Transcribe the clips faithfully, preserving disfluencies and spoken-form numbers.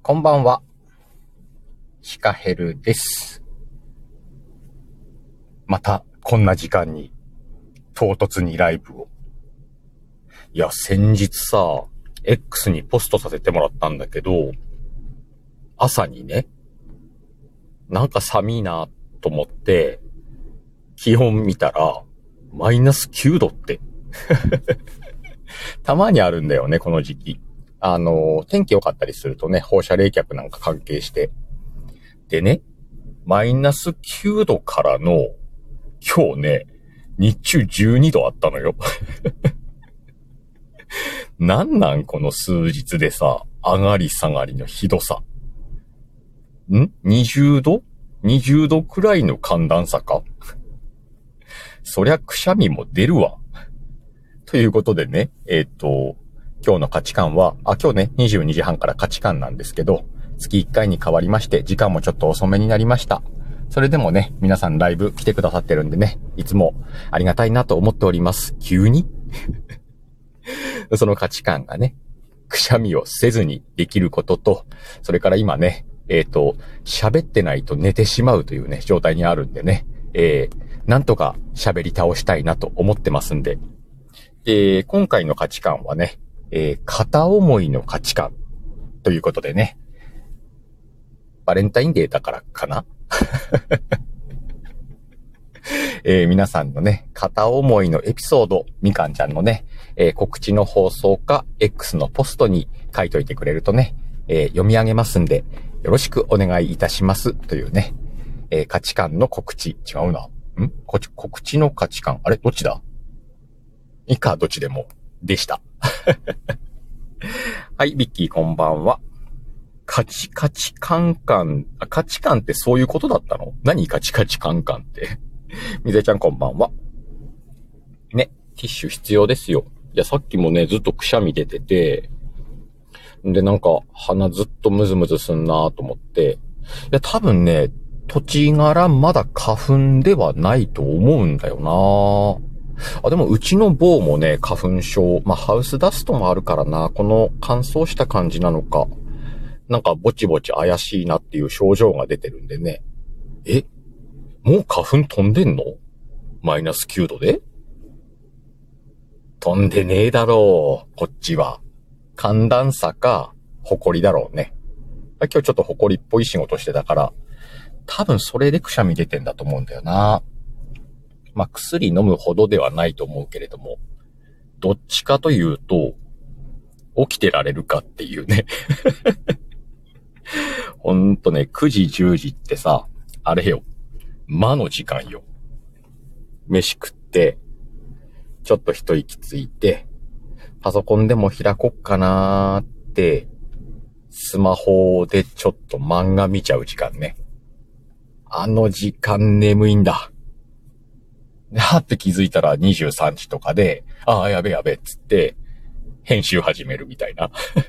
こんばんは。シカヘルです。また、こんな時間に、唐突にライブを。いや、先日さ、X にポストさせてもらったんだけど、朝にね、なんか寒いなと思って、気温見たら、マイナスきゅうどって。たまにあるんだよね、この時期。あの、天気良かったりするとね、放射冷却なんか関係して。でね、マイナスきゅうどからの、今日ね、日中じゅうにどあったのよ。なんなんこの数日でさ、上がり下がりのひどさ。ん ?にじゅうど ?にじゅう 度くらいの寒暖差かそりゃくしゃみも出るわ。ということでね、えっと、今日の価値観は、あ、今日ね、にじゅうにじはんから価値観なんですけど、月いっかいに変わりまして、時間もちょっと遅めになりました。それでもね、皆さんライブ来てくださってるんでね、いつもありがたいなと思っております。急にその価値観がね、くしゃみをせずにできることと、それから今ね、えっと、喋ってないと寝てしまうというね、状態にあるんでね、えー、なんとか喋り倒したいなと思ってますんで、えー、今回の価値観はね、えー、片思いの価値観ということでね、バレンタインデーだからかなえー、皆さんのね、片思いのエピソード、みかんちゃんのね、えー、告知の放送か X のポストに書いといてくれるとね、えー、読み上げますんで、よろしくお願いいたしますというね、えー、価値観の告知、違うな。んこ告知の価値観、あれどっちだいいか、どっちでも、でした。はい、ビッキーこんばんは。カチカチカンカン、あ、価値観ってそういうことだったの？何カチカチカンカンって。みぜちゃんこんばんは。ね、ティッシュ必要ですよ。いや、さっきもね、ずっとくしゃみ出てて、で、なんか、鼻ずっとムズムズすんなと思って、いや、多分ね、土地柄まだ花粉ではないと思うんだよなあ、でもうちの坊もね、花粉症、まあ、ハウスダストもあるからな、この乾燥した感じなのか、なんかぼちぼち怪しいなっていう症状が出てるんでね。え？もう花粉飛んでんの？マイナスきゅうどで？飛んでねえだろう、こっちは。寒暖差か、埃だろうね。今日ちょっと埃っぽい仕事してたから、多分それでくしゃみ出てんだと思うんだよな。まあ、薬飲むほどではないと思うけれども、どっちかというと、起きてられるかっていうね。ほんとね、くじじゅうじってさ、あれよ、魔の時間よ。飯食って、ちょっと一息ついて、パソコンでも開こっかなーって、スマホでちょっと漫画見ちゃう時間ね。あの時間眠いんだ。で、はって気づいたらにじゅうさんじとかで、ああ、やべやべっつって、編集始めるみたいな。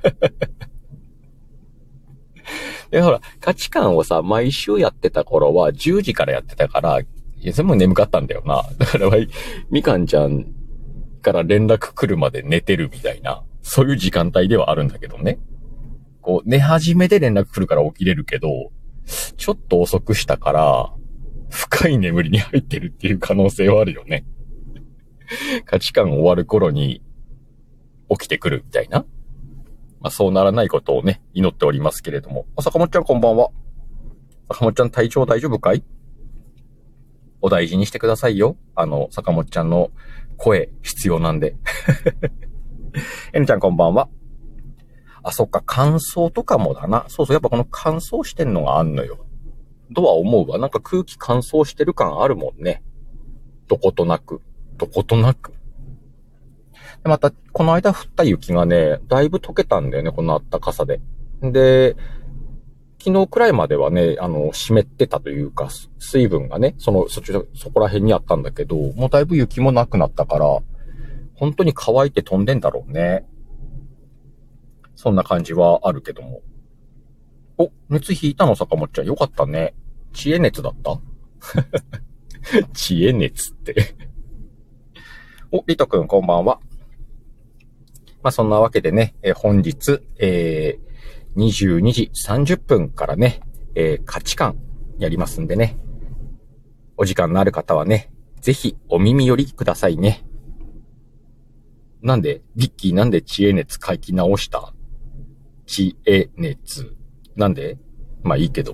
で、ほら、価値観をさ、毎週やってた頃はじゅうじからやってたから、いや、全部眠かったんだよな。だから、みかんちゃんから連絡来るまで寝てるみたいな、そういう時間帯ではあるんだけどね。こう、寝始めで連絡来るから起きれるけど、ちょっと遅くしたから、深い眠りに入ってるっていう可能性はあるよね。価値観終わる頃に起きてくるみたいな。まあそうならないことをね、祈っておりますけれども。あ、坂本ちゃんこんばんは。坂本ちゃん体調大丈夫かい？お大事にしてくださいよ。あの、坂本ちゃんの声必要なんで。えぬちゃんこんばんは。あ、そっか、乾燥とかもだな。そうそう、やっぱこの乾燥してんのがあんのよ。とは思うわ。なんか空気乾燥してる感あるもんね。どことなく。どことなく。でまた、この間降った雪がね、だいぶ溶けたんだよね、この暖かさで。で、昨日くらいまではね、あの、湿ってたというか、水分がね、その、そっち、そこら辺にあったんだけど、もうだいぶ雪もなくなったから、本当に乾いて飛んでんだろうね。そんな感じはあるけども。お、熱引いたの坂本ちゃん。よかったね。知恵熱だった知恵熱ってお、リトくんこんばんは。まあそんなわけでね、えー、本日、えー、 にじゅうにじさんじゅっぷんからね、えー、価値観やりますんでね。お時間のある方はね、ぜひお耳寄りくださいね。なんで、ビッキーなんで知恵熱書き直した？知恵熱。なんで？まあいいけど。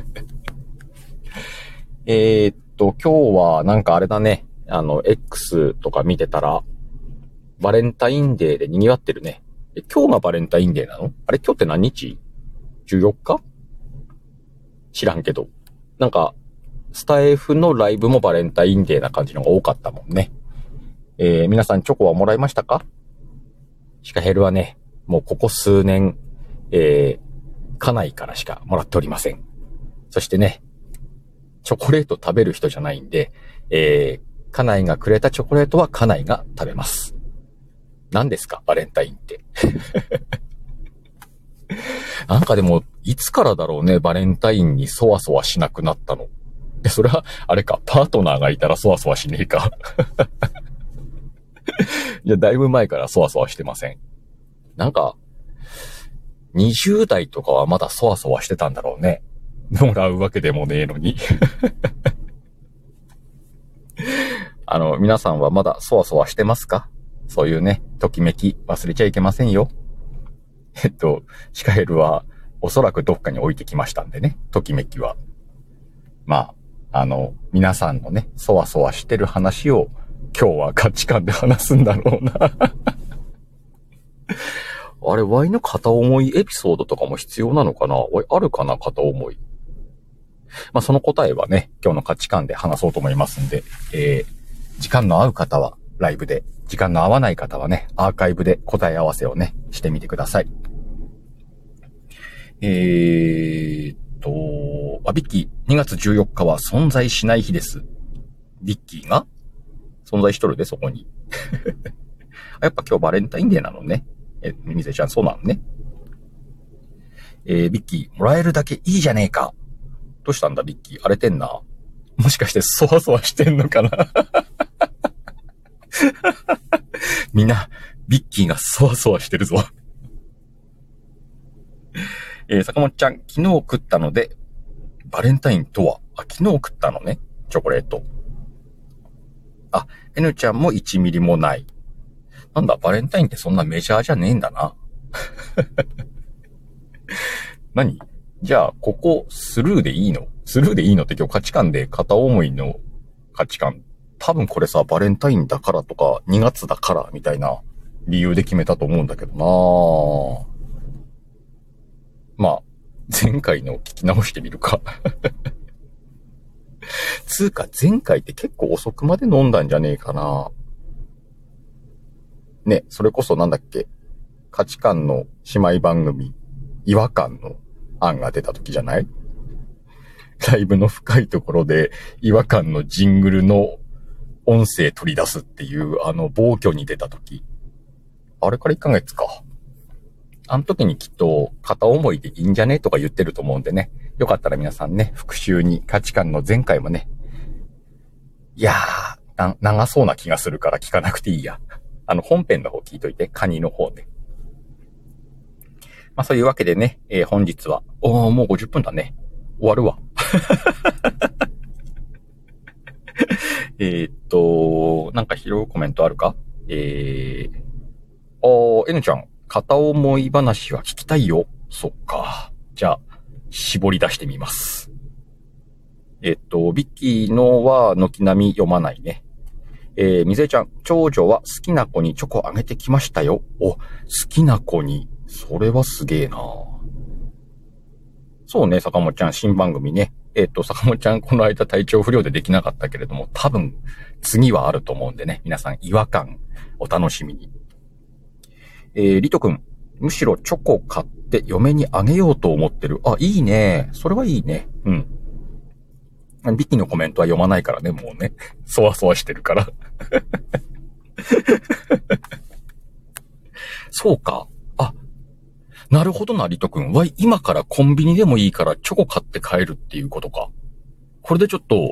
えーっと、今日はなんかあれだね。あの、X とか見てたら、バレンタインデーで賑わってるね。え、今日がバレンタインデーなの？あれ今日って何日？ じゅうよっか？ 知らんけど。なんか、スタイフのライブもバレンタインデーな感じのが多かったもんね。えー、皆さんチョコはもらいましたか？シカヘルはね、もうここ数年、えー、家内からしかもらっておりません。そしてね、チョコレート食べる人じゃないんで、えー、家内がくれたチョコレートは家内が食べます。何ですかバレンタインって。なんかでも、いつからだろうね、バレンタインにそわそわしなくなったの。で、それは、あれか、パートナーがいたらそわそわしねえか。いや、だいぶ前からそわそわしてません。なんか、にじゅう代とかはまだそわそわしてたんだろうね。もらうわけでもねえのに。あの、皆さんはまだそわそわしてますか？そういうね、ときめき忘れちゃいけませんよ。えっと、シカヘルはおそらくどっかに置いてきましたんでね、ときめきは。まあ、あの、皆さんのね、そわそわしてる話を今日は価値観で話すんだろうな。あれ、ワイの片思いエピソードとかも必要なのかな？ワイあるかな？片思い。まあ、その答えはね、今日の価値観で話そうと思いますんで、えー、時間の合う方はライブで、時間の合わない方はね、アーカイブで答え合わせをね、してみてください。えーっと、あ、ビッキー、にがつじゅうよっかは存在しない日です。ビッキーが存在しとるで、そこに。やっぱ今日バレンタインデーなのね。え、みぜちゃん、そうなのね。えー、ビッキー、もらえるだけいいじゃねえか。どうしたんだ、ビッキー。荒れてんな。もしかして、そわそわしてんのかな。みんな、ビッキーがそわそわしてるぞ。えー、坂本ちゃん、昨日食ったので、バレンタインとは、あ、昨日食ったのね。チョコレート。あ、N ちゃんもいちミリもない。なんだ、バレンタインってそんなメジャーじゃねえんだな。何？じゃあ、ここ、スルーでいいの？スルーでいいのって今日価値観で片思いの価値観。多分これさ、バレンタインだからとか、にがつだからみたいな理由で決めたと思うんだけどなぁ。まあ、前回の聞き直してみるか。つうか、前回って結構遅くまで飲んだんじゃねえかな。ね、それこそなんだっけ、価値観の姉妹番組、違和感の案が出た時じゃない？ライブの深いところで違和感のジングルの音声取り出すっていうあの暴挙に出た時。あれからいっかげつか。あの時にきっと片思いでいいんじゃねとか言ってると思うんでね。よかったら皆さんね、復習に価値観の前回もね。いやー、長そうな気がするから聞かなくていいや。あの本編の方聞いといて、カニの方で。まあそういうわけでね、えー、本日は、おー、もうごじゅっぷんだね。終わるわ。えっと、なんか拾うコメントあるか？えー、おー、N ちゃん、片思い話は聞きたいよ。そっか。じゃあ、絞り出してみます。えっと、ビッキーのは軒並み読まないね。えー、みずえちゃん、長女は好きな子にチョコあげてきましたよ。お、好きな子に。それはすげえな。そうね、坂本ちゃん、新番組ね。えっと、坂本ちゃん、この間体調不良でできなかったけれども、多分、次はあると思うんでね。皆さん、違和感、お楽しみに。えー、リトくん、むしろチョコ買って嫁にあげようと思ってる。あ、いいね。それはいいね。うん。ビキのコメントは読まないからね、もうね。そわそわしてるから。そうか。あ、なるほどな、リトくん。わい、今からコンビニでもいいからチョコ買って帰るっていうことか。これでちょっと、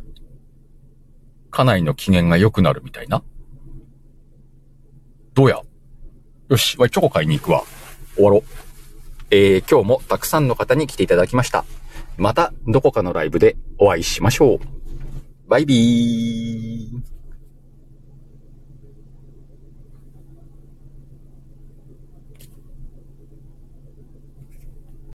家内の機嫌が良くなるみたいな。どうや？よし、わい、チョコ買いに行くわ。終わろう。 えー、今日もたくさんの方に来ていただきました。またどこかのライブでお会いしましょう。バイビー。